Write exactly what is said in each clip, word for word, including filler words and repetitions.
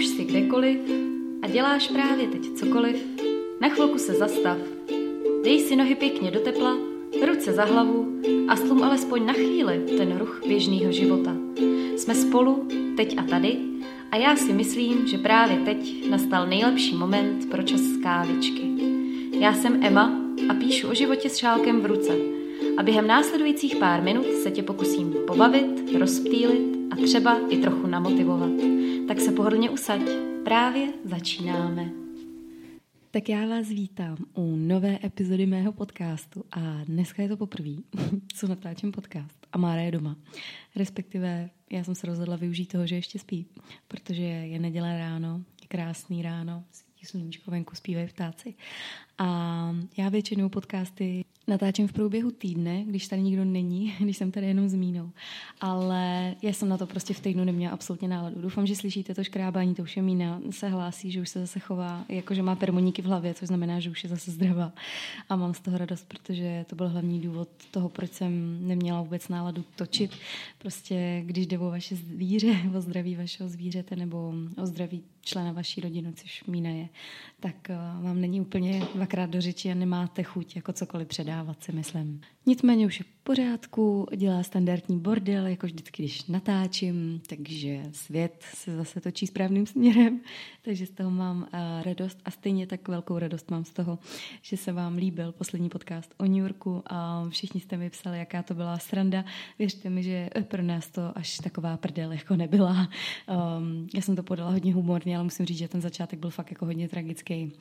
už jsi kdekoliv a děláš právě teď cokoliv, na chvilku se zastav. Dej si nohy pěkně do tepla, ruce za hlavu a stlum alespoň na chvíli ten ruch běžného života. Jsme spolu, teď a tady, a já si myslím, že právě teď nastal nejlepší moment pro čas kávičky. Já jsem Emma a píšu o životě s šálkem v ruce. A během následujících pár minut se tě pokusím pobavit, rozptýlit a třeba i trochu namotivovat. Tak se pohodlně usaď, právě začínáme. Tak já vás vítám u nové epizody mého podcastu a dneska je to poprvé, co natáčím podcast a Mára je doma. Respektive já jsem se rozhodla využít toho, že ještě spí, protože je neděle ráno, je krásný ráno, svítí sluníčko, venku zpívají ptáci. A já většinou podcasty natáčím v průběhu týdne, když tady nikdo není, když jsem tady jenom s Mínou. Ale já jsem na to prostě v týdnu neměla absolutně náladu. Doufám, že slyšíte to škrábání, to už je Mína, se hlásí, že už se zase chová, jakože má permoníky v hlavě, což znamená, že už je zase zdravá. A mám z toho radost, protože to byl hlavní důvod toho, proč jsem neměla vůbec náladu točit. Prostě když jde o vaše zvíře, o zdraví vašeho zvířete nebo o zdraví člena vaší rodiny, což Mína je, tak vám není úplně dvakrát do řeči a nemáte chuť jako cokoliv předávat, si myslím. Nicméně už je v pořádku, dělá standardní bordel, jako vždycky, když natáčím, takže svět se zase točí správným směrem, takže z toho mám uh, radost a stejně tak velkou radost mám z toho, že se vám líbil poslední podcast o New Yorku a všichni jste mi psali, jaká to byla sranda. Věřte mi, že pro nás to až taková prdel jako nebyla. Um, já jsem to podala hodně humorně, ale musím říct, že ten začátek byl fakt jako hodně tragický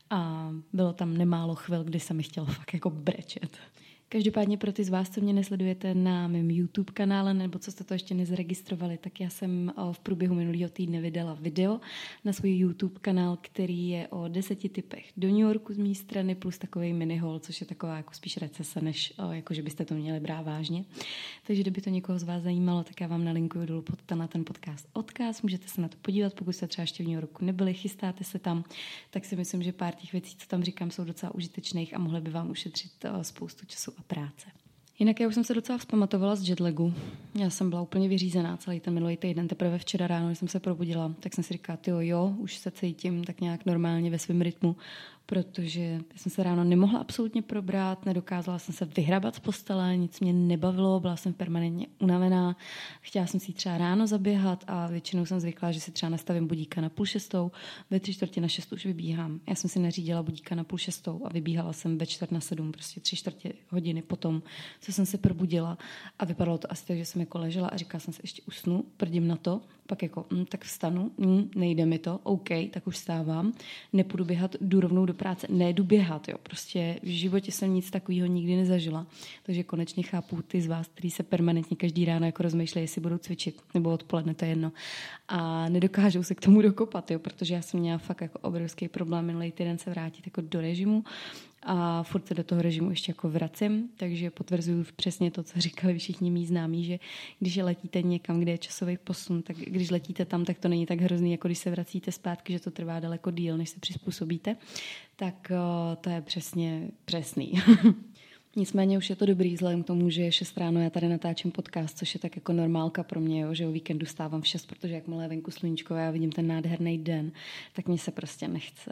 a bylo tam nemálo chvil, kdy se mi chtělo fakt jako brečet. Každopádně pro ty z vás, co mě nesledujete na mém YouTube kanále nebo co jste to ještě nezaregistrovali, tak já jsem v průběhu minulého týdne vydala video na svůj YouTube kanál, který je o deseti tipech do New Yorku z mé strany plus takový mini haul, což je taková jako spíš recese, než jako, že byste to měli brát vážně. Takže kdyby to někoho z vás zajímalo, tak já vám nalinkuju dolů pod na ten podcast odkaz, můžete se na to podívat, pokud jste třeba ještě v New Yorku nebyli, chystáte se tam, tak si myslím, že pár těch věcí, co tam říkám, jsou docela užitečných a mohly by vám ušetřit spoustu času a práce. Jinak já už jsem se docela vzpamatovala z jetlagu. Já jsem byla úplně vyřízená celý ten minulý týden. Teprve včera ráno, když jsem se probudila, tak jsem si říkala, tyjo, jo, už se cítím tak nějak normálně ve svém rytmu, protože jsem se ráno nemohla absolutně probrat, nedokázala jsem se vyhrabat z postele, nic mě nebavilo, byla jsem permanentně unavená, chtěla jsem si třeba ráno zaběhat a většinou jsem zvykla, že si třeba nastavím budíka na půl šestou, ve tři čtvrtě na šest už vybíhám. Já jsem si nařídila budíka na půl šestou a vybíhala jsem ve čtvrt na sedm, prostě tři čtvrtě hodiny potom, co jsem se probudila a vypadalo to asi tak, že jsem jako ležela a říkala jsem si, ještě usnu, prdím na to, pak jako, mm, tak vstanu, mm, nejde mi to, OK, tak už vstávám, nepůjdu běhat, jdu rovnou do práce, nejdu běhat, jo, prostě v životě jsem nic takového nikdy nezažila, takže konečně chápu ty z vás, kteří se permanentně každý ráno jako rozmýšlejí, jestli budou cvičit, nebo odpoledne, to je jedno, a nedokážou se k tomu dokopat, jo, protože já jsem měla fakt jako obrovský problém minulý týden se vrátit jako do režimu, a furt se do toho režimu ještě jako vracím, takže potvrzuju přesně to, co říkali všichni mý známí, že když letíte někam, kde je časový posun, tak když letíte tam, tak to není tak hrozný, jako když se vracíte zpátky, že to trvá daleko díl, než se přizpůsobíte, tak o, to je přesně přesný. Nicméně už je to dobrý, vzhledem k tomu, že je šest ráno, já tady natáčím podcast, což je tak jako normálka pro mě, jo, že o víkendu stávám v šest, protože jakmile je venku sluníčko a já vidím ten nádherný den, tak mě se prostě nechce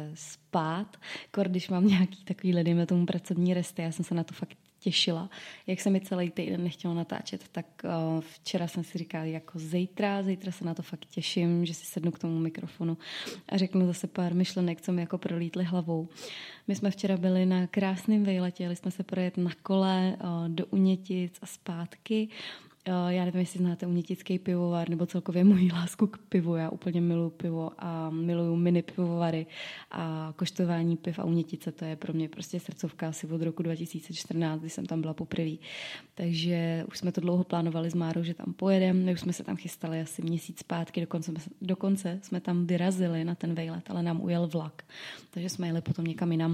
spát. Kor, když mám nějaký takový, dejme tomu pracovní resty, já jsem se na to fakt těšila. Jak se mi celý týden nechtělo natáčet, tak uh, včera jsem si říkala jako zítra, zítra se na to fakt těším, že si sednu k tomu mikrofonu a řeknu zase pár myšlenek, co mi jako prolítly hlavou. My jsme včera byli na krásném vejletě, jeli jsme se projet na kole uh, do Unětic a zpátky. Já nevím, jestli znáte Unětický pivovar nebo celkově moji lásku k pivu. Já úplně miluju pivo a miluju mini pivovary a koštování piv a Unětice. To je pro mě prostě srdcovka asi od roku dva tisíce čtrnáct, kdy jsem tam byla poprvé. Takže už jsme to dlouho plánovali s Márou, že tam pojedeme. My už jsme se tam chystali asi měsíc zpátky, dokonce, dokonce jsme tam vyrazili na ten vejlet, ale nám ujel vlak. Takže jsme jeli potom někam jinam.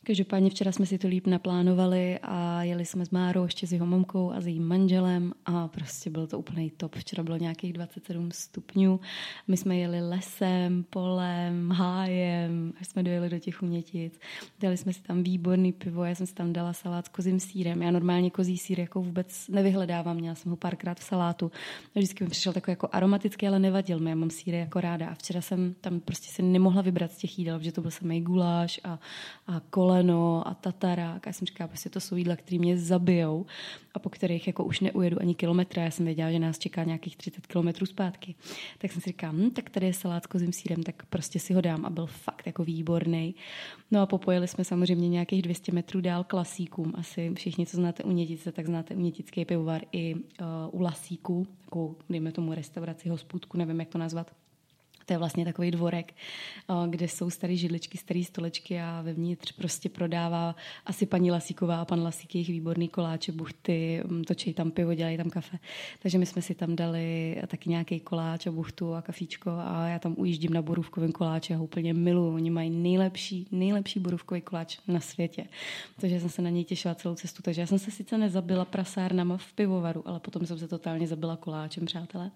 Každopádně včera jsme si to líp naplánovali a jeli jsme s Márou ještě s jeho mamkou a s jejím manželem a prostě bylo to úplný top. Včera bylo nějakých dvacet sedm stupňů. My jsme jeli lesem, polem, hájem, až jsme dojeli do těch Unětic. Dali jsme si tam výborný pivo, já jsem si tam dala salát s kozím sýrem. Já normálně kozí sýr jako vůbec nevyhledávám, měla jsem ho párkrát v salátu. Vždycky mi přišel takový jako aromatický, ale nevadil mi, já mám sýry jako ráda. A včera jsem tam prostě se nemohla vybrat z těch jídel, protože to byl samý guláš a, a koleno a tatarák. A já jsem říkala, prostě to jsou jídla, které mě zabijou a po kterých jako už neujedu ani kilometra. Já jsem věděla, že nás čeká nějakých třicet kilometrů zpátky. Tak jsem si říkala, hm, tak tady je salát s kozím sýrem, tak prostě si ho dám a byl fakt jako výborný. No a popojeli jsme samozřejmě nějakých dvě stě metrů dál k Lasíkům. Asi všichni, co znáte Unětice, tak znáte Unětický pivovar i uh, u Lasíků, takovou, dejme tomu restauraci, hospůdku, nevím, jak to nazvat. To je vlastně takový dvorek, kde jsou staré židličky, staré stolečky a vevnitř prostě prodává asi paní Lasíková a pan Lasík jejich výborný koláče, buchty, točí tam pivo, dělají tam kafe. Takže my jsme si tam dali taky nějaký koláč a buchtu a kafíčko a já tam ujíždím na borůvkovém koláči a ho úplně miluju. Oni mají nejlepší, nejlepší borůvkový koláč na světě. Takže jsem se na něj těšila celou cestu. Takže já jsem se sice nezabila prasárnama v pivovaru, ale potom jsem se totálně zabila koláčem, přátelé.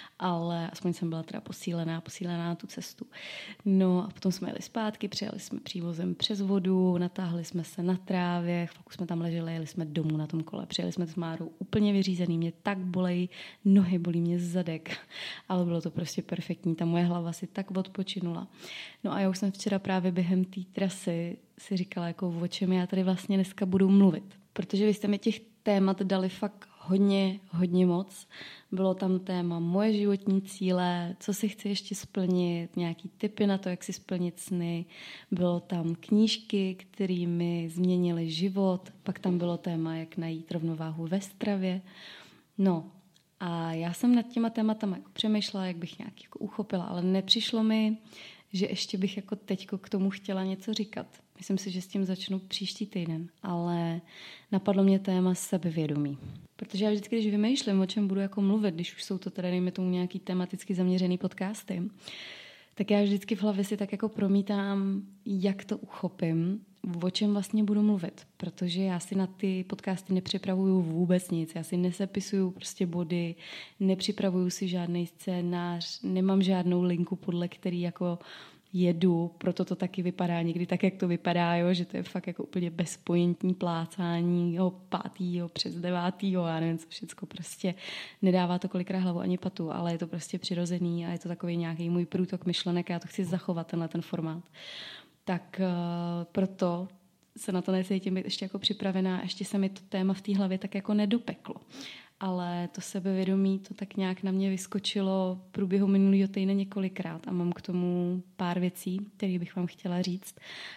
Ale aspoň jsem byla teda posílená, posílená na tu cestu. No a potom jsme jeli zpátky, přijeli jsme přívozem přes vodu, natáhli jsme se na trávě, chvilku jsme tam leželi, jeli jsme domů na tom kole. Přijeli jsme s Márou úplně vyřízený, mě tak bolejí nohy, bolí mě zadek, ale bylo to prostě perfektní, ta moje hlava si tak odpočinula. No a já už jsem včera právě během té trasy si říkala, jako o čem já tady vlastně dneska budu mluvit, protože vy jste mi těch témat dali fakt hodně, hodně moc. Bylo tam téma moje životní cíle, co si chci ještě splnit, nějaký tipy na to, jak si splnit sny. Bylo tam knížky, které mi změnily život. Pak tam bylo téma, jak najít rovnováhu ve stravě. No a já jsem nad těma tématama jako přemýšlela, jak bych nějak jako uchopila, ale nepřišlo mi, že ještě bych jako teďko k tomu chtěla něco říkat. Myslím si, že s tím začnu příští týden, ale napadlo mě téma sebevědomí. Protože já vždycky, když vymýšlím, o čem budu jako mluvit, když už jsou to teda, dejme tomu, nějaký tematicky zaměřený podcasty, tak já vždycky v hlavě si tak jako promítám, jak to uchopím, o čem vlastně budu mluvit. Protože já si na ty podcasty nepřipravuju vůbec nic. Já si nesepisuju prostě body, nepřipravuju si žádný scénář, nemám žádnou linku, podle který jako jedu, proto to taky vypadá někdy tak, jak to vypadá, jo, že to je fakt jako úplně bezpojentní plácání jo, pátýho přes devátýho, já nevím, co všecko prostě nedává to kolikrát hlavu ani patu, ale je to prostě přirozený a je to takový nějaký můj průtok myšlenek a já to chci zachovat, tenhle ten formát. Tak uh, proto se na to necítím být ještě jako připravená, ještě se mi to téma v té hlavě tak jako nedopeklo. Ale to sebevědomí, to tak nějak na mě vyskočilo v průběhu minulého týdne několikrát a mám k tomu pár věcí, které bych vám chtěla říct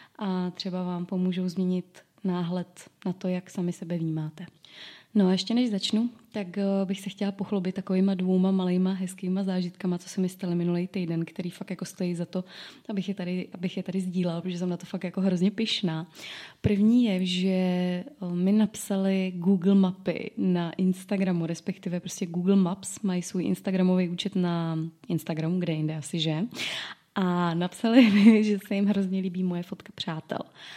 a třeba vám pomůžou změnit náhled na to, jak sami sebe vnímáte. No a ještě než začnu, tak bych se chtěla pochlubit takovýma dvouma malejma hezkýma zážitkama, co se mi staly minulý týden, který fakt jako stojí za to, abych je tady, abych je tady sdílala, protože jsem na to fakt jako hrozně pyšná. První je, že mi napsali Google mapy na Instagramu, respektive prostě Google Maps, mají svůj instagramový účet na Instagramu, kde jinde asi, že? A napsali mi, že se jim hrozně líbí moje fotka přátel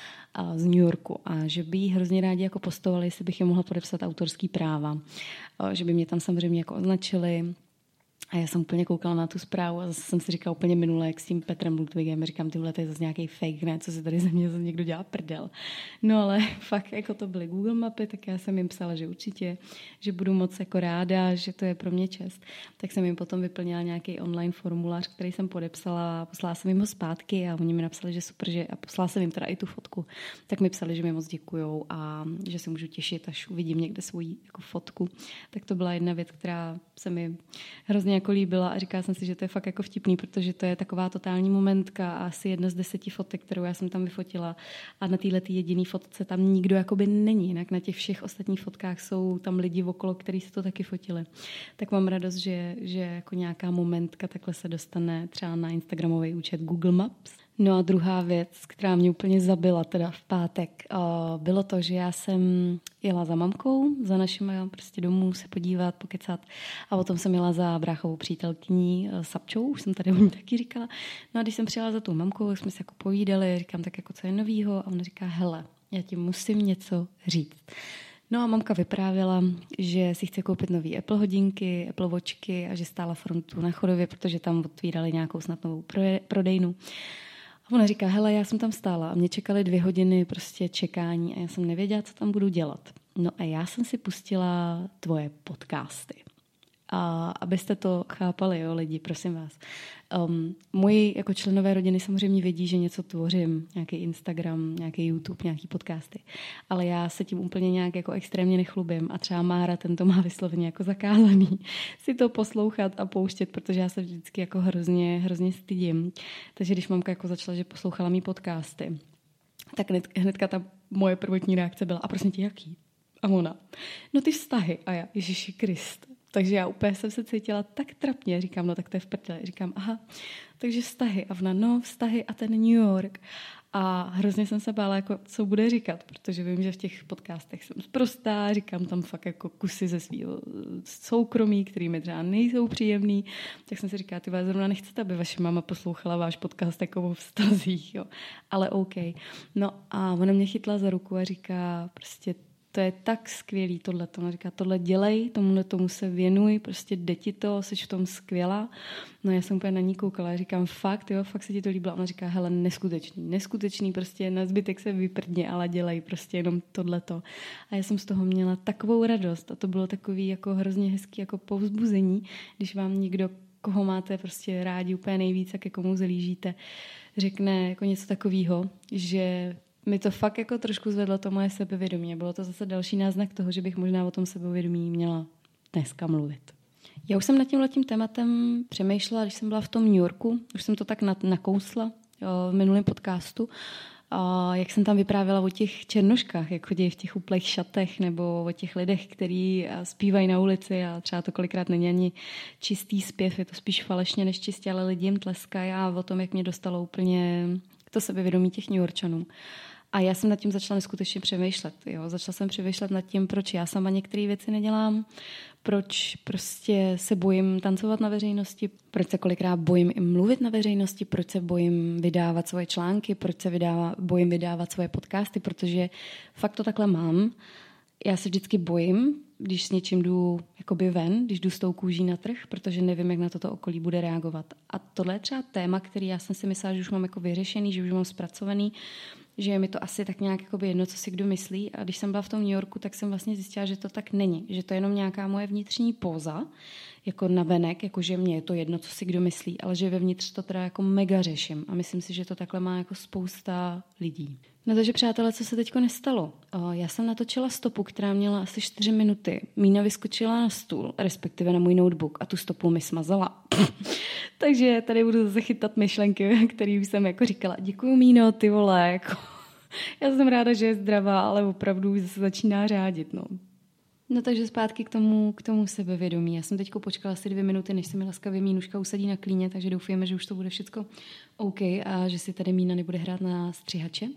z New Yorku a že by jí hrozně rádi jako postovali, jestli bych je mohla podepsat autorský práva. Že by mě tam samozřejmě jako označili. A já jsem úplně koukala na tu zprávu a zase jsem si říkala úplně minule, jak s tím Petrem Ludwigem, říkám, tyhle, to je zase nějaký fake, ne, co si tady ze mě zase někdo dělá prdel. No ale fakt, jako to byly Google mapy, tak já jsem jim psala, že určitě, že budu moc jako ráda, že to je pro mě čest. Tak jsem jim potom vyplnila nějaký online formulář, který jsem podepsala a poslala jsem jim ho zpátky a oni mi napsali, že super, že a poslala jsem jim teda i tu fotku. Tak mi psali, že mi moc děkujou a že se můžu těšit, až uvidím někde svoji jako fotku. Tak to byla jedna věc, která se mi hrozně jako líbila a říkala jsem si, že to je fakt jako vtipný, protože to je taková totální momentka a asi jedna z deseti fotek, kterou já jsem tam vyfotila a na této jediný fotce tam nikdo jakoby není, jinak na těch všech ostatních fotkách jsou tam lidi okolo, kteří se to taky fotili. Tak mám radost, že, že jako nějaká momentka takhle se dostane třeba na instagramový účet Google Maps. No a druhá věc, která mě úplně zabila teda v pátek, bylo to, že já jsem jela za mamkou, za našimi prostě domů se podívat, pokecat a potom jsem jela za bráchovou přítelkyní Sapčou, už jsem tady o ní taky říkala. No a když jsem přijela za tou mamkou, tak jsme se jako povídali, říkám tak jako co je novýho a ona říká, hele, já ti musím něco říct. No a mamka vyprávěla, že si chce koupit nový Apple hodinky, Apple Watchky a že stála frontu na Chodově, protože tam otvírali nějakou snad novou prodejnu. A ona říká, hele, já jsem tam stála a mě čekaly dvě hodiny prostě čekání a já jsem nevěděla, co tam budu dělat. No a já jsem si pustila tvoje podcasty. A abyste to chápali, jo, lidi, prosím vás. Um, moji jako členové rodiny samozřejmě vědí, že něco tvořím, nějaký Instagram, nějaký YouTube, nějaký podcasty. Ale já se tím úplně nějak jako extrémně nechlubím a třeba Mára ten to má vysloveně jako zakázaný si to poslouchat a pouštět, protože já se vždycky jako hrozně, hrozně stydím. Takže když mamka jako začala, že poslouchala mý podcasty, tak hned, hnedka ta moje prvotní reakce byla, a prosím tě, jaký? A ona, no ty vztahy. A já, Ježiši Kriste. Takže já úplně jsem se cítila tak trapně. Říkám, no tak to je v prdele. Říkám, aha, takže vztahy. A ona, no vztahy a ten New York. A hrozně jsem se bála, jako, co bude říkat, protože vím, že v těch podcastech jsem sprostá, říkám tam fakt jako kusy ze svého soukromí, který mi třeba nejsou příjemný. Tak jsem si říkala, ty vás zrovna nechcete, aby vaše máma poslouchala váš podcast jako o vztazích, jo. Ale OK. No a ona mě chytla za ruku a říká, prostě to je tak skvělý tohleto. Ona říká, tohle dělej, tomuhle tomu se věnuj, prostě jde ti to, jsi v tom skvělá. No já jsem úplně na ní koukala a říkám, fakt, jo, fakt se ti to líbilo. Ona říká, hele, neskutečný, neskutečný, prostě na zbytek se vyprdně, ale dělej prostě jenom tohleto. A já jsem z toho měla takovou radost a to bylo takový jako hrozně hezký jako povzbuzení, když vám někdo, koho máte prostě rádi úplně nejvíc a ke komu zalížíte, řekne jako něco takového, že mi to fakt jako trošku zvedlo to moje sebevědomí. Bylo to zase další náznak toho, že bych možná o tom sebevědomí měla dneska mluvit. Já už jsem nad tímhletím tématem přemýšlela, když jsem byla v tom New Yorku. Už jsem to tak nakousla jo, v minulém podcastu. A jak jsem tam vyprávěla o těch černoškách, jak chodí v těch uplech šatech, nebo o těch lidech, kteří zpívají na ulici a třeba to kolikrát není ani čistý zpěv, je to spíš falešně než čistě, ale lidi jim tleskají a o tom, jak mě dostalo úplně to sebevědomí těch New Yorkčanů. A já jsem nad tím začala neskutečně přemýšlet. Jo. Začala jsem přemýšlet nad tím, proč já sama některé věci nedělám, proč prostě se bojím tancovat na veřejnosti, proč se kolikrát bojím i mluvit na veřejnosti, proč se bojím vydávat svoje články, proč se vydává, bojím vydávat svoje podcasty, protože fakt to takhle mám. Já se vždycky bojím, když s něčím jdu jakoby ven, když jdu s tou kůží na trh, protože nevím, jak na toto okolí bude reagovat. A tohle je třeba téma, který já jsem si myslela, že už mám jako vyřešený, že už mám zpracovaný, že je mi to asi tak nějak jakoby jedno, co si kdo myslí. A když jsem byla v tom New Yorku, tak jsem vlastně zjistila, že to tak není. Že to je jenom nějaká moje vnitřní póza, jako navenek, jakože mně je to jedno, co si kdo myslí, ale že vevnitř to teda jako mega řeším. A myslím si, že to takhle má jako spousta lidí. No takže přátelé, co se teďko nestalo? O, já jsem natočila stopu, která měla asi čtyři minuty. Mína vyskočila na stůl, respektive na můj notebook a tu stopu mi smazala. Takže tady budu zase chytat myšlenky, které jsem jako říkala. Děkuju, Míno, ty vole. Jako. Já jsem ráda, že je zdravá, ale opravdu už zase začíná řádit. No. No takže zpátky k tomu, k tomu sebevědomí. Já jsem teďko počkala asi dvě minuty, než se mi laskavě Mínuška usadí na klíně, takže doufujeme, že už to bude všecko OK a že si tady Mína nebude hrát na střihače.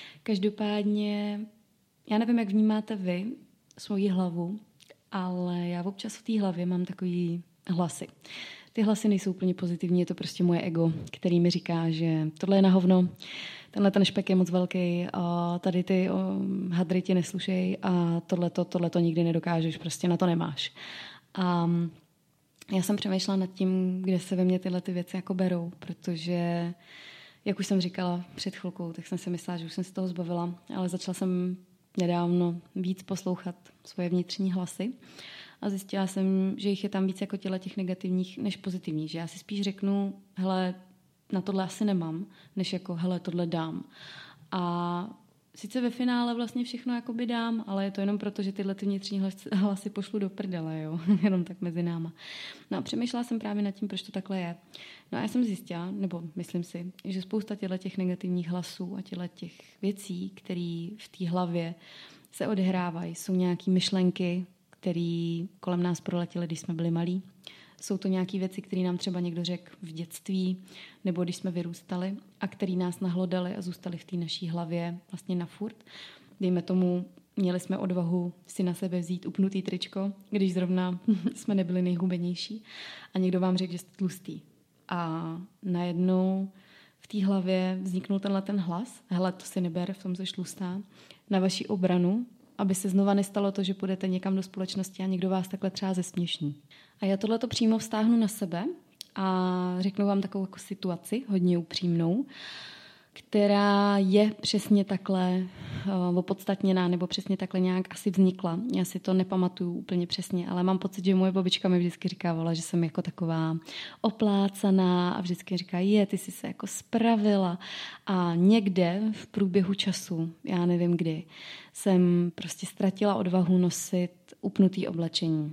Každopádně, já nevím, jak vnímáte vy svoji hlavu, ale já občas v té hlavě mám takový hlasy. Ty hlasy nejsou úplně pozitivní, je to prostě moje ego, který mi říká, že tohle je na hovno, tenhle ten špek je moc velký, a tady ty o, hadry ti neslušej a tohleto, tohleto nikdy nedokážeš, prostě na to nemáš. A já jsem přemýšlela nad tím, kde se ve mně tyhle ty věci jako berou, protože, jak už jsem říkala před chvilkou, tak jsem si myslela, že už jsem se toho zbavila, ale začala jsem nedávno víc poslouchat svoje vnitřní hlasy a zjistila jsem, že jich je tam víc jako těle těch negativních než pozitivních, že já si spíš řeknu, hele, na tohle asi nemám, než jako, hele, tohle dám. A sice ve finále vlastně všechno jakoby dám, ale je to jenom proto, že tyhle ty vnitřní hlasy pošlu do prdele, jo, jenom tak mezi náma. No a přemýšlela jsem právě nad tím, proč to takhle je. No a já jsem zjistila, nebo myslím si, že spousta těchto těch negativních hlasů a těchto těch věcí, které v té hlavě se odehrávají, jsou nějaké myšlenky, které kolem nás proletěly, když jsme byli malí. Jsou to nějaké věci, které nám třeba někdo řekl v dětství nebo když jsme vyrůstali a které nás nahlodali a zůstaly v té naší hlavě vlastně na furt. Dejme tomu, měli jsme odvahu si na sebe vzít upnutý tričko, když zrovna jsme nebyli nejhubenější a někdo vám řekl, že jste tlustý. A najednou v té hlavě vzniknul tenhle ten hlas, hele, to si neber, v tom jsi tlustá, na vaši obranu, aby se znova nestalo to, že půjdete někam do společnosti a někdo vás takhle třeba zesměšní. A já tohleto přímo vztáhnu na sebe a řeknu vám takovou jako situaci, hodně upřímnou, která je přesně takhle uh, opodstatněná nebo přesně takhle nějak asi vznikla. Já si to nepamatuju úplně přesně, ale mám pocit, že moje babička mi vždycky říkávala, že jsem jako taková oplácaná a vždycky říká, je, ty jsi se jako spravila. A někde v průběhu času, já nevím kdy, jsem prostě ztratila odvahu nosit upnutý oblečení.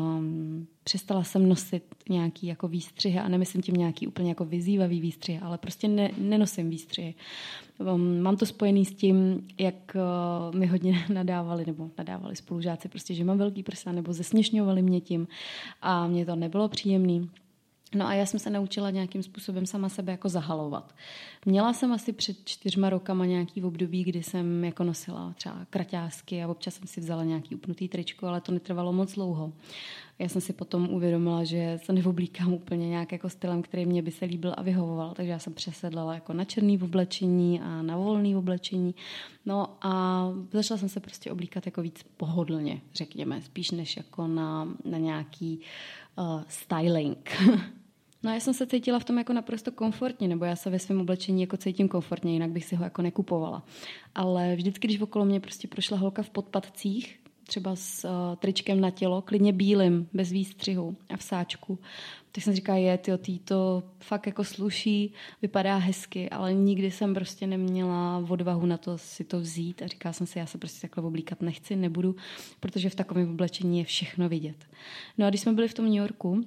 Um, přestala jsem nosit nějaký jako výstřihy a nemyslím tím nějaký úplně jako vyzývavý výstřihy, ale prostě ne, nenosím výstřihy. Um, mám to spojený s tím, jak uh, mi hodně nadávali nebo nadávali spolužáci, prostě, že mám velký prsa nebo zesměšňovali mě tím a mně to nebylo příjemný. No a já jsem se naučila nějakým způsobem sama sebe jako zahalovat. Měla jsem asi před čtyřma rokama nějaký období, kdy jsem jako nosila třeba kraťásky a občas jsem si vzala nějaký upnutý tričko, ale to netrvalo moc dlouho. Já jsem si potom uvědomila, že se neoblíkám úplně nějak jako stylem, který mě by se líbil a vyhovoval, takže já jsem přesedlala jako na černý oblečení a na volný oblečení. No a začala jsem se prostě oblíkat jako víc pohodlně, řekněme, spíš než jako na, na nějaký uh, styling. No já jsem se cítila v tom jako naprosto komfortně, nebo já se ve svém oblečení jako cítím komfortně, jinak bych si ho jako nekupovala. Ale vždycky, když okolo mě prostě prošla holka v podpatcích, třeba s uh, tričkem na tělo, klidně bílým, bez výstřihu a v sáčku, tak jsem říkala, je, tyjo, tý to fakt jako sluší, vypadá hezky, ale nikdy jsem prostě neměla odvahu na to si to vzít a říkala jsem si, já se prostě takhle oblíkat nechci, nebudu, protože v takovém oblečení je všechno vidět. No a když jsme byli v tom New Yorku,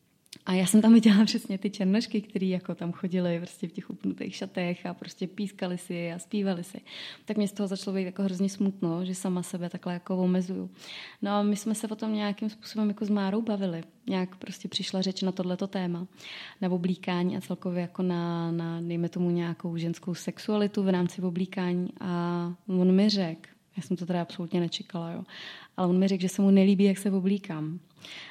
a já jsem tam viděla přesně ty černošky, který jako tam chodili prostě v těch upnutých šatech a prostě pískali si a zpívali si. Tak mě z toho začalo být jako hrozně smutno, že sama sebe takhle jako omezuju. No a my jsme se o tom nějakým způsobem jako s Márou bavili. Nějak prostě přišla řeč na tohleto téma, na oblíkání a celkově jako na, na dejme tomu nějakou ženskou sexualitu v rámci oblíkání a on mi řekl, já jsem to teda absolutně nečekala, jo, ale on mi řekl, že se mu nelíbí, jak se oblíkám.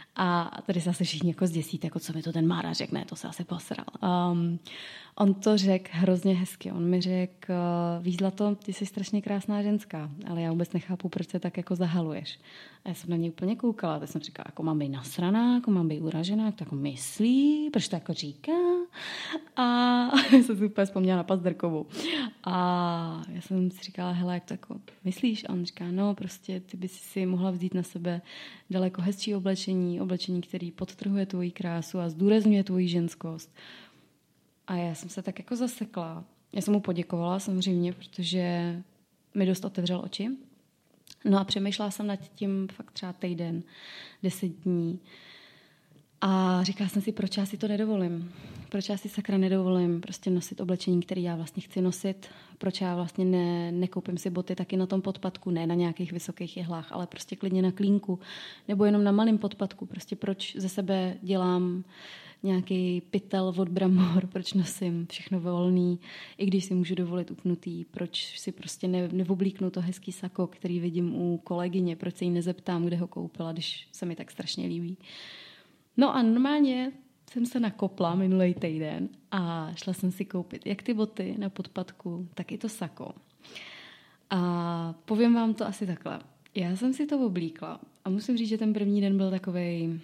A tady se asi všichni jako zděsíte, jako co mi to ten Mára řekne, to se asi posral. Um, on to řekl hrozně hezky. On mi řekl, víš Zlato, ty jsi strašně krásná ženská, ale já vůbec nechápu, proč se tak jako zahaluješ. A já jsem na něj úplně koukala, tak jsem říkala, jako mám být nasraná, jako mám být uražená, jak to jako myslí, proč to jako říká. A jsem si úplně vzpomněla na Pazderkovou. A já jsem si říkala, hele, jak to jako myslíš? A on říká, no prostě ty bys si mohla vzít na sebe daleko hezčí oblečení, oblečení, který podtrhuje tvoji krásu a zdůrazňuje tvoji ženskost. A já jsem se tak jako zasekla. Já jsem mu poděkovala samozřejmě, protože mi dost otevřel oči. No a přemýšlela jsem nad tím fakt třeba týden, deset dní. A říkala jsem si, proč já si to nedovolím. Proč já si sakra nedovolím prostě nosit oblečení, které já vlastně chci nosit. Proč já vlastně ne, nekoupím si boty taky na tom podpatku, ne na nějakých vysokých jehlách, ale prostě klidně na klínku. Nebo jenom na malém podpatku. Prostě proč ze sebe dělám nějaký pytel od bramor, proč nosím všechno volný, i když si můžu dovolit upnutý, proč si prostě ne, neoblíknu to hezký sako, který vidím u kolegyně, proč se jí nezeptám, kde ho koupila, když se mi tak strašně líbí. No a normálně jsem se nakopla minulý týden a šla jsem si koupit jak ty boty na podpatku, tak i to sako. A povím vám to asi takhle. Já jsem si to oblíkla a musím říct, že ten první den byl takovej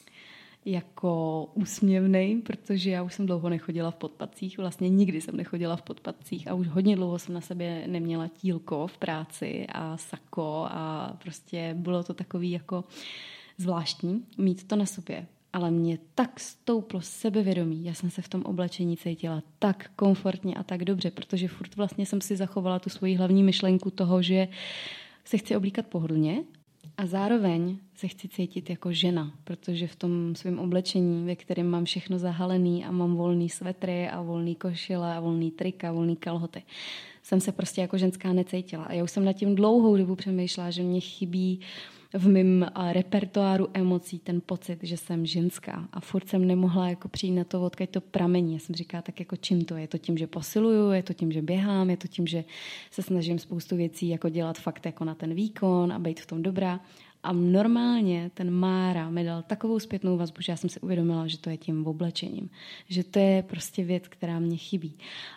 jako úsměvnej, protože já už jsem dlouho nechodila v podpatcích, vlastně nikdy jsem nechodila v podpatcích a už hodně dlouho jsem na sobě neměla tílko v práci a sako a prostě bylo to takový jako zvláštní mít to na sobě. Ale mě tak stouplo sebevědomí, já jsem se v tom oblečení cítila tak komfortně a tak dobře, protože furt vlastně jsem si zachovala tu svoji hlavní myšlenku toho, že se chci oblíkat pohodlně a zároveň se chci cítit jako žena, protože v tom svém oblečení, ve kterém mám všechno zahalený a mám volný svetry a volný košile a volný trika, volný kalhoty, jsem se prostě jako ženská necítila. A já už jsem nad tím dlouhou dobu přemýšlela, že mě chybí v mém repertoáru emocí ten pocit, že jsem ženská a furt jsem nemohla jako přijít na to, odkud to pramení. Já jsem říkala, tak jako čím to je? Je to tím, že posiluju, je to tím, že běhám, je to tím, že se snažím spoustu věcí jako dělat fakt jako na ten výkon a být v tom dobrá. A normálně ten Mára mi dal takovou zpětnou vazbu, že já jsem si uvědomila, že to je tím oblečením. Že to je prostě věc, která mě chybí.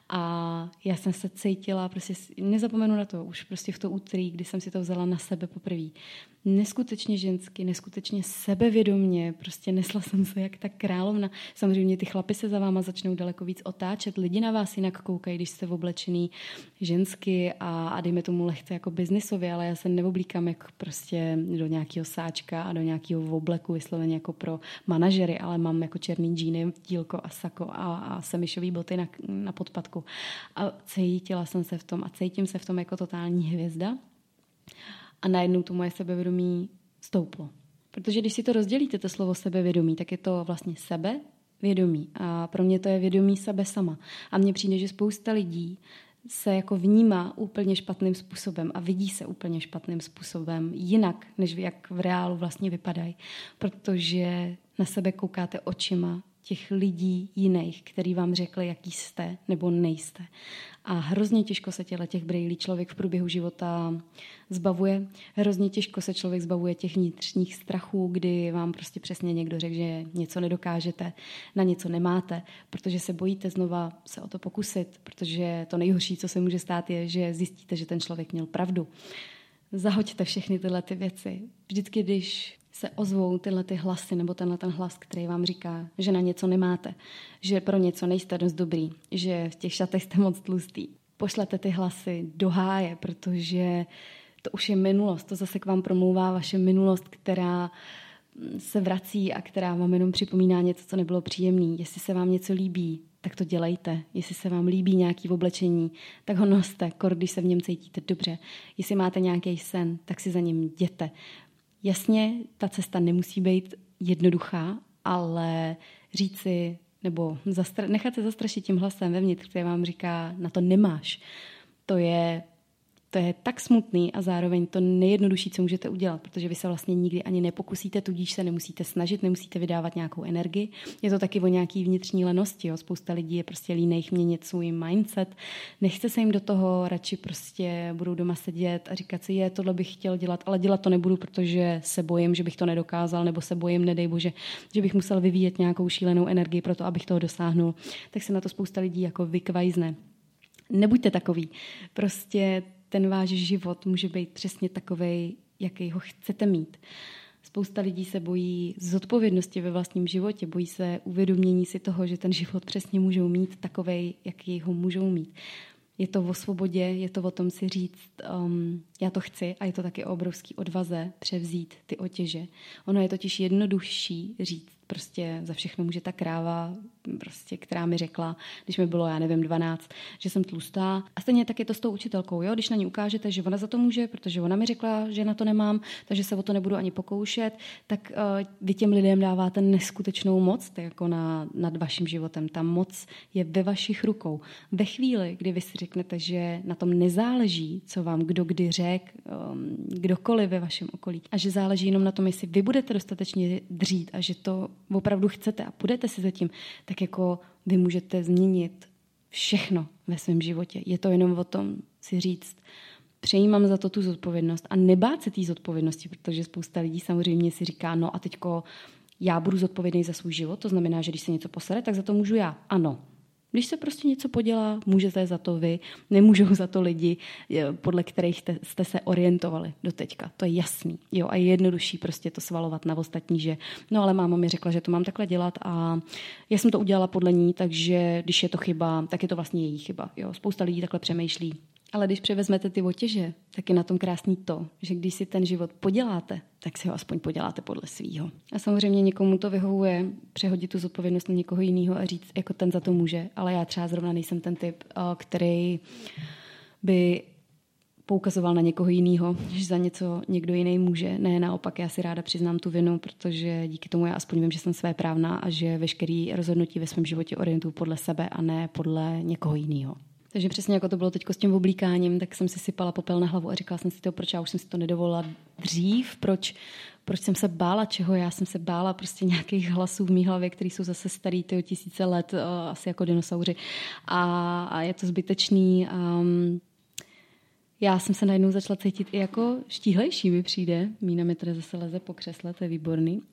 A já jsem se cítila, prostě nezapomenu na to, už prostě v to úterý, kdy jsem si to vzala na sebe poprvé. Neskutečně žensky, neskutečně sebevědomně, prostě nesla jsem se jak ta královna. Samozřejmě ty chlapy se za váma začnou daleko víc otáčet, lidi na vás jinak koukají, když jste oblečený žensky a, a dejme tomu lehce jako biznisově, ale já se neoblíkám jak prostě do nějakého sáčka a do nějakého obleku, vysloveně jako pro manažery, ale mám jako černý džíny, dílko a sako a, a semišový boty na, na podpatku. A cítila jsem se v tom a cítím se v tom jako totální hvězda. A najednou to moje sebevědomí stouplo. Protože když si to rozdělíte, to slovo sebevědomí, tak je to vlastně sebevědomí. A pro mě to je vědomí sebe sama. A mně přijde, že spousta lidí se jako vnímá úplně špatným způsobem a vidí se úplně špatným způsobem jinak, než jak v reálu vlastně vypadají. Protože na sebe koukáte očima těch lidí jiných, který vám řekli, jaký jste nebo nejste. A hrozně těžko se těle těch brejlí člověk v průběhu života zbavuje. Hrozně těžko se člověk zbavuje těch vnitřních strachů, kdy vám prostě přesně někdo řekl, že něco nedokážete, na něco nemáte, protože se bojíte znova se o to pokusit, protože to nejhorší, co se může stát, je, že zjistíte, že ten člověk měl pravdu. Zahoďte všechny tyhle ty věci. Vždycky, když se ozvou tyhle ty hlasy nebo tenhle ten hlas, který vám říká, že na něco nemáte, že pro něco nejste dost dobrý, že v těch šatech jste moc tlustý. Pošlete ty hlasy do háje, protože to už je minulost. To zase k vám promlouvá vaše minulost, která se vrací a která vám jenom připomíná něco, co nebylo příjemné. Jestli se vám něco líbí, tak to dělejte. Jestli se vám líbí nějaký oblečení, tak ho noste, kor, když se v něm cítíte dobře. Jestli máte nějaký sen, tak si za ním jděte. Jasně, ta cesta nemusí být jednoduchá, ale říci nebo zastra- nechat se zastrašit tím hlasem vevnitř, který vám říká, na to nemáš, to je, to je tak smutný a zároveň to nejjednodušší, co můžete udělat, protože vy se vlastně nikdy ani nepokusíte, tudíž se nemusíte snažit, nemusíte vydávat nějakou energii. Je to taky o nějaký vnitřní lenosti. Jo. Spousta lidí je prostě líných měnit svůj mindset. Nechce se jim do toho, radši prostě budou doma sedět a říkat si, je, tohle bych chtěl dělat, ale dělat to nebudu, protože se bojím, že bych to nedokázal, nebo se bojím, nedej bože, že bych musel vyvíjet nějakou šílenou energii pro to, abych toho dosáhnul. Tak se na to spousta lidí jako vykvajzne. Nebuďte takový. Prostě ten váš život může být přesně takovej, jaký ho chcete mít. Spousta lidí se bojí zodpovědnosti ve vlastním životě, bojí se uvědomění si toho, že ten život přesně můžou mít takovej, jaký ho můžou mít. Je to o svobodě, je to o tom si říct, um, já to chci, a je to taky o obrovský odvaze převzít ty otěže. Ono je totiž jednodušší říct, prostě za všechno může ta kráva, prostě, která mi řekla, když mi bylo, já nevím, dvanáct, že jsem tlustá. A stejně tak je to s tou učitelkou, jo? Když na ní ukážete, že ona za to může, protože ona mi řekla, že na to nemám, takže se o to nebudu ani pokoušet, tak uh, vy těm lidem dáváte neskutečnou moc, tak jako na, nad vaším životem. Ta moc je ve vašich rukou. Ve chvíli, kdy vy si řeknete, že na tom nezáleží, co vám kdo kdy řek, um, kdokoliv ve vašem okolí, a že záleží jenom na tom, jestli vy budete dostatečně dřít a že to opravdu chcete a půjdete si za tím, tak jako vy můžete změnit všechno ve svém životě. Je to jenom o tom si říct, přejímám za to tu zodpovědnost a nebát se té zodpovědnosti, protože spousta lidí samozřejmě si říká, no a teďko já budu zodpovědný za svůj život, to znamená, že když se něco posere, tak za to můžu já. Ano. Když se prostě něco podělá, můžete za to vy, nemůžou za to lidi, podle kterých jste, jste se orientovali do teďka. To je jasný. Jo, a je jednodušší prostě to svalovat na ostatní, že no ale máma mi řekla, že to mám takhle dělat a já jsem to udělala podle ní, takže když je to chyba, tak je to vlastně její chyba. Jo, spousta lidí takhle přemýšlí. Ale když převezmete ty otěže, tak je na tom krásný to, že když si ten život poděláte, tak si ho aspoň poděláte podle svýho. A samozřejmě někomu to vyhovuje přehodit tu zodpovědnost na někoho jiného a říct, jako ten za to může. Ale já třeba zrovna nejsem ten typ, který by poukazoval na někoho jiného, že za něco někdo jiný může. Ne, naopak, já si ráda přiznám tu vinu, protože díky tomu já aspoň vím, že jsem svéprávná a že veškerý rozhodnutí ve svém životě orientuju podle sebe a ne podle někoho jiného. Takže přesně jako to bylo teď s tím oblíkáním, tak jsem si sypala popel na hlavu a říkala jsem si to, proč já už jsem si to nedovolila dřív, proč, proč jsem se bála, čeho já jsem se bála, prostě nějakých hlasů v mý hlavě, který jsou zase starý, tyjo, tisíce let, asi jako dinosauři. A, a je to zbytečný. Um, já jsem se najednou začala cítit i jako štíhlejší, mi přijde. Mína mi tady zase leze po křesle, to je výborný.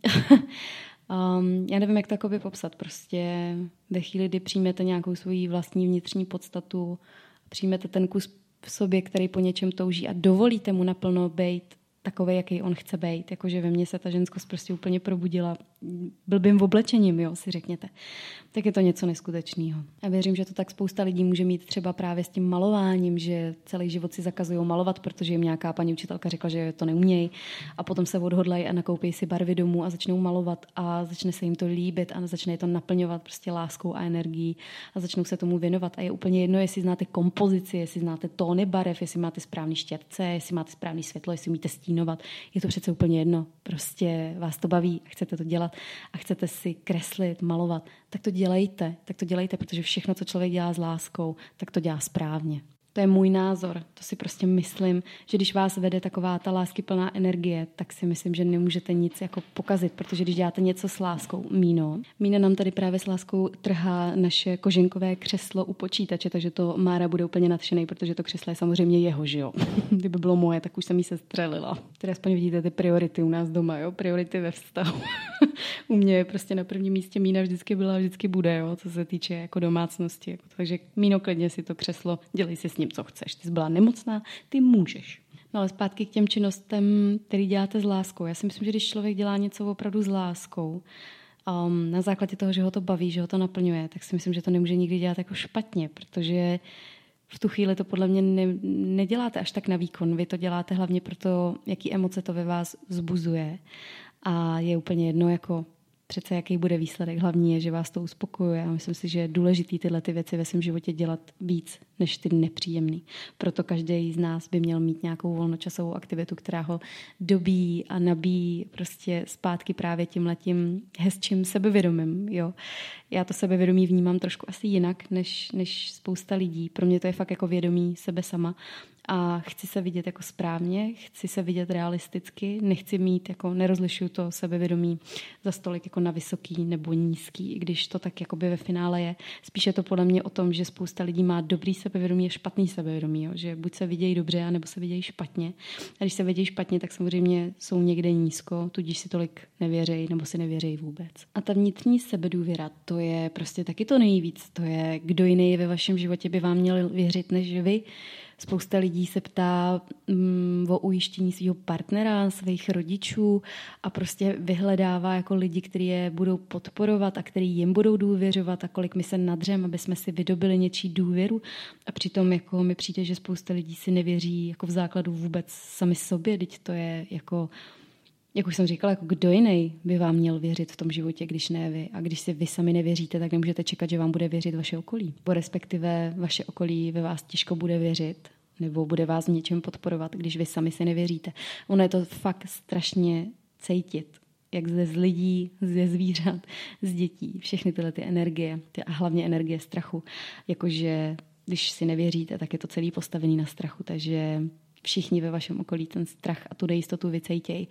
Um, já nevím, jak to jakoby popsat. Prostě ve chvíli, kdy přijmete nějakou svoji vlastní vnitřní podstatu, přijmete ten kus v sobě, který po něčem touží a dovolíte mu naplno být takovej, jaký on chce být. Jakože ve mně se ta ženskost prostě úplně probudila blbým oblečením, jo, si řekněte. Tak je to něco neskutečného. A věřím, že to tak spousta lidí může mít třeba právě s tím malováním, že celý život si zakazují malovat, protože jim nějaká paní učitelka řekla, že to neumějí a potom se odhodlají a nakoupí si barvy domů a začnou malovat a začne se jim to líbit a začne je to naplňovat prostě láskou a energií a začnou se tomu věnovat. A je úplně jedno, jestli znáte kompozici, jestli znáte tóny barev, jestli máte správný štětce, jestli máte správný světlo, jestli umíte stínovat. Je to přece úplně jedno. Prostě vás to baví a chcete to dělat a chcete si kreslit, malovat, tak to dělejte, tak to dělejte, protože všechno, co člověk dělá s láskou, tak to dělá správně. To je můj názor, to si prostě myslím, že když vás vede taková ta láskyplná energie, tak si myslím, že nemůžete nic jako pokazit, protože když děláte něco s láskou, Míno, Mína nám tady právě s láskou trhá naše koženkové křeslo u počítače, takže to Mára bude úplně nadšený, protože to křeslo je samozřejmě jeho, že jo. Kdyby bylo moje, tak už jsem jí se střelila. Tady aspoň vidíte ty priority u nás doma, jo, priority ve vztahu. U mě je prostě na prvním místě Mína vždycky byla a vždycky bude, jo, co se týče jako domácnosti. Jako, takže Míno, klidně si to křeslo, dělej si s ním, co chceš. Ty jsi byla nemocná, ty můžeš. No ale zpátky k těm činnostem, který děláte s láskou. Já si myslím, že když člověk dělá něco opravdu s láskou, um, na základě toho, že ho to baví, že ho to naplňuje, tak si myslím, že to nemůže nikdy dělat jako špatně, protože v tu chvíli to podle mě ne, neděláte až tak na výkon. Vy to děláte hlavně proto, jaký emoce to ve vás vzbuzuje. A je úplně jedno, jako přece jaký bude výsledek. Hlavní je, že vás to uspokojuje. A myslím si, že je důležité tyhle ty věci ve svém životě dělat víc, než ty nepříjemný. Proto každý z nás by měl mít nějakou volnočasovou aktivitu, která ho dobíjí a nabíjí prostě zpátky právě tímhletím hezčím sebevědomím. Jo. Já to sebevědomí vnímám trošku asi jinak, než, než spousta lidí. Pro mě to je fakt jako vědomí sebe sama. A chci se vidět jako správně, chci se vidět realisticky, nechci mít, jako nerozlišuju to sebevědomí za stolik jako na vysoký nebo nízký, i když to tak jakoby ve finále je. Spíše to podle mě o tom, že spousta lidí má dobrý sebevědomí a špatný sebevědomí, jo? Že buď se vidějí dobře, anebo se vidějí špatně. A když se vidějí špatně, tak samozřejmě jsou někde nízko, tudíž si tolik nevěří nebo si nevěří vůbec. A ta vnitřní sebedůvěra, to je prostě taky to nejvíc. To je, kdo jiný ve vašem životě by vám měl věřit než vy. Spousta lidí se ptá mm, o ujištění svého partnera, svých rodičů a prostě vyhledává jako lidi, kteří je budou podporovat a kteří jim budou důvěřovat a kolik my se nadřem, aby jsme si vydobili něčí důvěru. A přitom jako mi přijde, že spousta lidí si nevěří jako v základu vůbec sami sobě, teď to je jako... Jak už jsem říkala, jako kdo jiný by vám měl věřit v tom životě, když ne vy. A když si vy sami nevěříte, tak nemůžete čekat, že vám bude věřit vaše okolí. Bo respektive vaše okolí ve vás těžko bude věřit, nebo bude vás v něčem podporovat, když vy sami si nevěříte. Ono je to fakt strašně cítit, jak ze z lidí, ze zvířat, z dětí, všechny tyhle ty energie, ty, a hlavně energie strachu. Jakože když si nevěříte, tak je to celý postavený na strachu, takže... Všichni ve vašem okolí ten strach a tu nejistotu vycejtějí.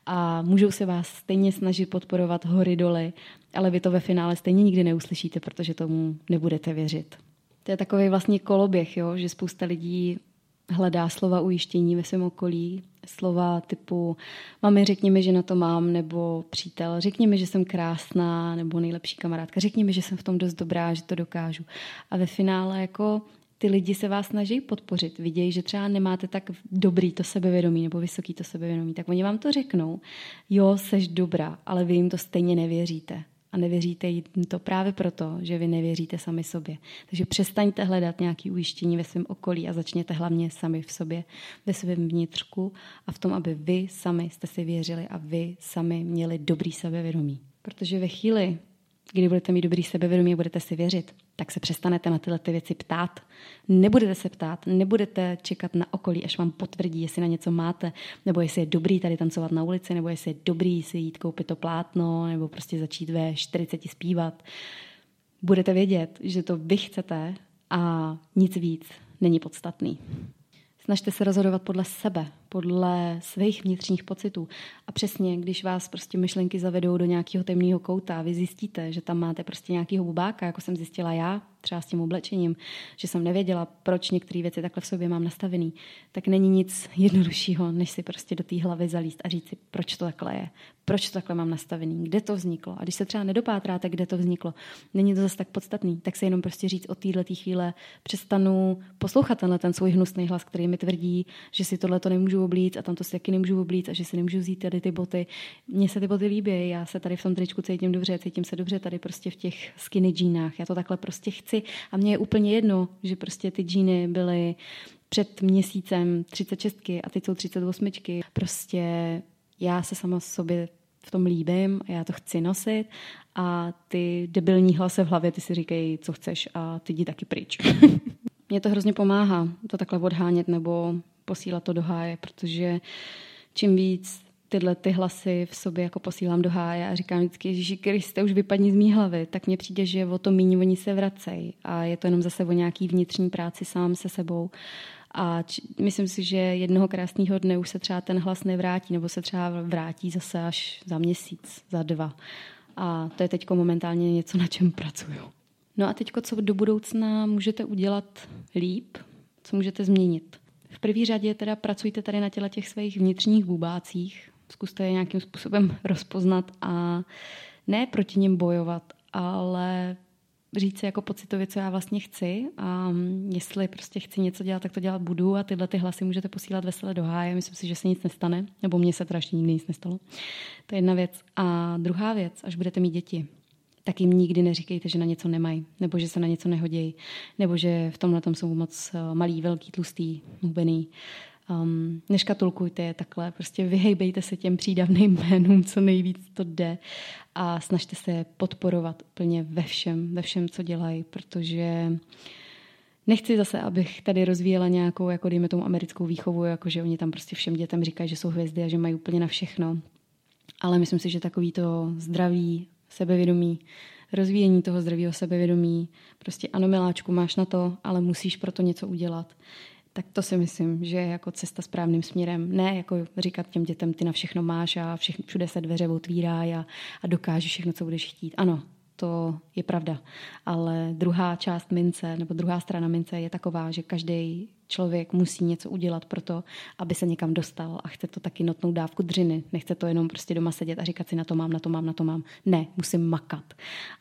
A můžou se vás stejně snažit podporovat hory doly, ale vy to ve finále stejně nikdy neuslyšíte, protože tomu nebudete věřit. To je takový vlastně koloběh, jo? Že spousta lidí hledá slova ujištění ve svém okolí. Slova typu mami, řekni mi, že na to mám, nebo přítel, řekni mi, že jsem krásná, nebo nejlepší kamarádka, řekni mi, že jsem v tom dost dobrá, že to dokážu. A ve finále jako... Ty lidi se vás snaží podpořit, vidějí, že třeba nemáte tak dobrý to sebevědomí nebo vysoký to sebevědomí, tak oni vám to řeknou, jo, seš dobrá, ale vy jim to stejně nevěříte. A nevěříte jim to právě proto, že vy nevěříte sami sobě. Takže přestaňte hledat nějaké ujištění ve svém okolí a začněte hlavně sami v sobě, ve svém vnitřku a v tom, aby vy sami jste si věřili a vy sami měli dobrý sebevědomí. Protože ve chvíli, kdy budete mít dobrý sebevědomí a budete si věřit, tak se přestanete na tyhle ty věci ptát. Nebudete se ptát, nebudete čekat na okolí, až vám potvrdí, jestli na něco máte, nebo jestli je dobrý tady tancovat na ulici, nebo jestli je dobrý si jít koupit to plátno, nebo prostě začít ve čtyřiceti zpívat. Budete vědět, že to vy chcete a nic víc není podstatný. Snažte se rozhodovat podle sebe, podle svých vnitřních pocitů. A přesně, když vás prostě myšlenky zavedou do nějakého temného kouta a vy zjistíte, že tam máte prostě nějakého bubáka, jako jsem zjistila já, třeba s tím oblečením, že jsem nevěděla, proč některé věci takhle v sobě mám nastavený, tak není nic jednoduššího, než si prostě do té hlavy zalíst a říct si, proč to takhle je, proč to takhle mám nastavený, kde to vzniklo. A když se třeba nedopátráte, kde to vzniklo, není to zase tak podstatný, tak se jenom prostě říct od této chvíle přestanu poslouchat tenhle ten svůj hnusný hlas, který mi tvrdí, že si tohle to nemůžu oblít a tam to si taky nemůžu oblít a že si nemůžu vzít tady ty boty. Mně se ty boty líbí, já se tady v tom tričku cítím dobře, cítím se dobře tady prostě v těch skinny džínách. Já to takhle prostě chci a mně je úplně jedno, že prostě ty džíny byly před měsícem třicet šest a teď jsou třicet osm. Prostě já se sama sobě v tom líbím a já to chci nosit a ty debilní hlasy v hlavě, ty si říkají, co chceš a ty jdi taky pryč. Mně to hrozně pomáhá to takhle odhánět nebo posílat to do háje, protože čím víc tyhle ty hlasy v sobě jako posílám do háje a říkám vždycky, Ježíši Kriste, už vypadni z mý hlavy, tak mně přijde, že o to míň oni se vracejí a je to jenom zase o nějaký vnitřní práci sám se sebou. A či, myslím si, že jednoho krásného dne už se třeba ten hlas nevrátí, nebo se třeba vrátí zase až za měsíc, za dva. A to je teďko momentálně něco, na čem pracuju. No a teďko, co do budoucna můžete udělat líp, co můžete změnit? V první řadě teda pracujte tady na těle těch svých vnitřních bubácích, zkuste je nějakým způsobem rozpoznat a ne proti nim bojovat, ale říct si jako pocitově, co já vlastně chci a jestli prostě chci něco dělat, tak to dělat budu a tyhle ty hlasy můžete posílat veselé do háje. Myslím si, že se nic nestane, nebo mně se teda ještě nikdy nic nestalo. To je jedna věc. A druhá věc, až budete mít děti, tak jim nikdy neříkejte, že na něco nemají, nebo že se na něco nehodí, nebo že v tomhle tom jsou moc malý, velký, tlustý, hubený. Um, neškatulkujte je takhle, prostě vyhejbejte se těm přídavným jménům, co nejvíc to jde a snažte se podporovat úplně ve všem, ve všem, co dělají, protože nechci zase, abych tady rozvíjela nějakou, jako dejme tomu americkou výchovu, jakože oni tam prostě všem dětem říkají, že jsou hvězdy a že mají úplně na všechno, ale myslím si, že takový to zdraví, sebevědomí, rozvíjení toho zdravého sebevědomí, prostě ano, miláčku, máš na to, ale musíš pro to něco udělat. Tak to si myslím, že je jako cesta správným směrem. Ne jako říkat těm dětem, ty na všechno máš a všechno, všude se dveře otvírají a, a dokážeš všechno, co budeš chtít. Ano, to je pravda. Ale druhá část mince, nebo druhá strana mince je taková, že každý člověk musí něco udělat pro to, aby se někam dostal a chce to taky notnou dávku dřiny. Nechce to jenom prostě doma sedět a říkat si na to mám, na to mám, na to mám. Ne, musím makat.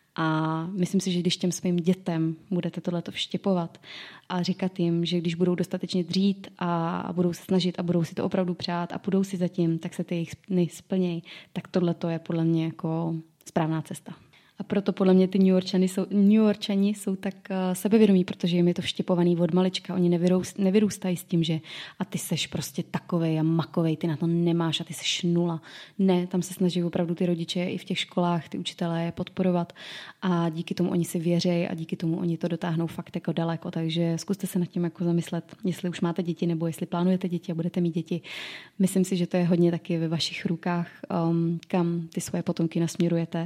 A myslím si, že když těm svým dětem budete tohleto vštěpovat a říkat jim, že když budou dostatečně dřít a budou se snažit a budou si to opravdu přát a půjdou si zatím, tak se ty jejich sny splnějí, tak tohleto je podle mě jako správná cesta. A proto podle mě ty New Yorkčani jsou, New Yorkčani jsou tak uh, sebevědomí, protože jim je to vštěpovaný od malička. Oni nevyrůst, nevyrůstají s tím, že a ty seš prostě takovej a makovej, ty na to nemáš a ty seš nula. Ne, tam se snaží opravdu ty rodiče i v těch školách, ty učitelé je podporovat a díky tomu oni si věří a díky tomu oni to dotáhnou fakt jako daleko. Takže zkuste se nad tím jako zamyslet, jestli už máte děti nebo jestli plánujete děti a budete mít děti. Myslím si, že to je hodně taky ve vašich rukách, um, kam ty svoje potomky nasměrujete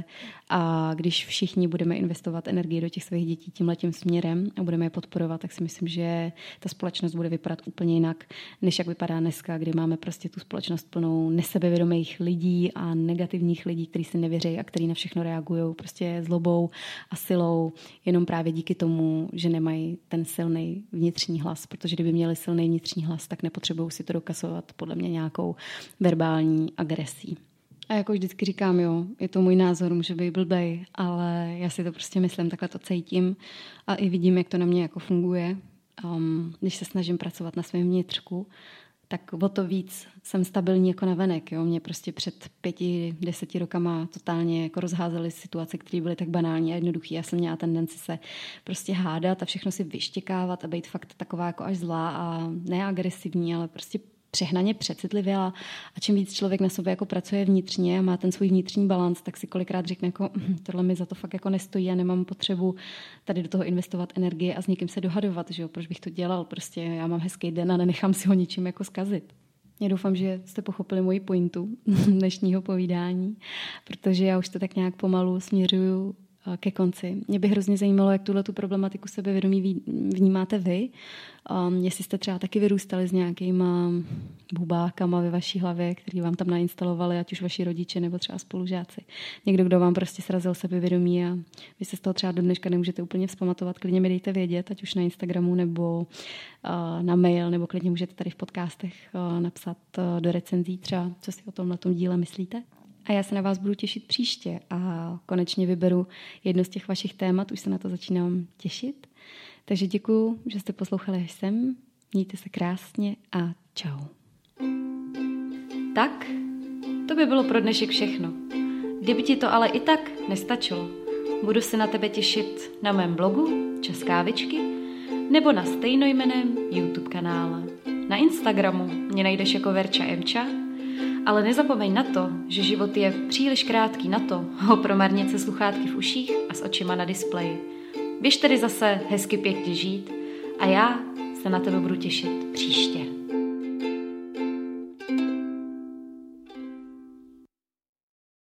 a když všichni budeme investovat energii do těch svých dětí tímhletím směrem a budeme je podporovat, tak si myslím, že ta společnost bude vypadat úplně jinak, než jak vypadá dneska, kdy máme prostě tu společnost plnou nesebevědomých lidí a negativních lidí, kteří si nevěří a kteří na všechno reagují prostě zlobou a silou, jenom právě díky tomu, že nemají ten silný vnitřní hlas, protože kdyby měli silný vnitřní hlas, tak nepotřebují si to dokazovat podle mě nějakou verbální agresí. A jako vždycky říkám, jo, je to můj názor, může být blbej, ale já si to prostě myslím, takhle to cítím a i vidím, jak to na mě jako funguje. Um, když se snažím pracovat na svém vnitřku, tak o to víc jsem stabilní jako navenek. Jo. Mě prostě před pěti, deseti rokama totálně jako rozházely situace, které byly tak banální a jednoduché. Já jsem měla tendenci se prostě hádat a všechno si vyštěkávat a být fakt taková jako až zlá a neagresivní, ale prostě přehnaně přecitlivěla a čím víc člověk na sobě jako pracuje vnitřně a má ten svůj vnitřní balans, tak si kolikrát řekne, jako, tohle mi za to fakt jako nestojí a nemám potřebu tady do toho investovat energie a s někým se dohadovat, že jo, proč bych to dělal, prostě já mám hezký den a nenechám si ho ničím jako zkazit. Já doufám, že jste pochopili moji pointu dnešního povídání, protože já už to tak nějak pomalu směřuju ke konci. Mě by hrozně zajímalo, jak tuhle tu problematiku sebevědomí vnímáte vy. Um, jestli jste třeba taky vyrůstali s nějakýma bubákama ve vaší hlavě, který vám tam nainstalovali, ať už vaši rodiče nebo třeba spolužáci. Někdo, kdo vám prostě srazil sebevědomí a vy se z toho třeba do dneška nemůžete úplně vzpamatovat. Klidně mi dejte vědět, ať už na Instagramu nebo uh, na mail, nebo klidně můžete tady v podcastech uh, napsat uh, do recenzí třeba, co si o tomhletom díle myslíte. A já se na vás budu těšit příště a konečně vyberu jedno z těch vašich témat, už se na to začínám těšit. Takže děkuju, že jste poslouchali až sem, mějte se krásně a čau. Tak, to by bylo pro dnešek všechno. Kdyby ti to ale i tak nestačilo, budu se na tebe těšit na mém blogu Čas kávičky nebo na stejnojmenném YouTube kanále. Na Instagramu mě najdeš jako Verča Emča, ale nezapomeň na to, že život je příliš krátký na to ho promarnit se sluchátky v uších a s očima na displeji. Běž tedy zase hezky pěkně žít a já se na tebe budu těšit příště.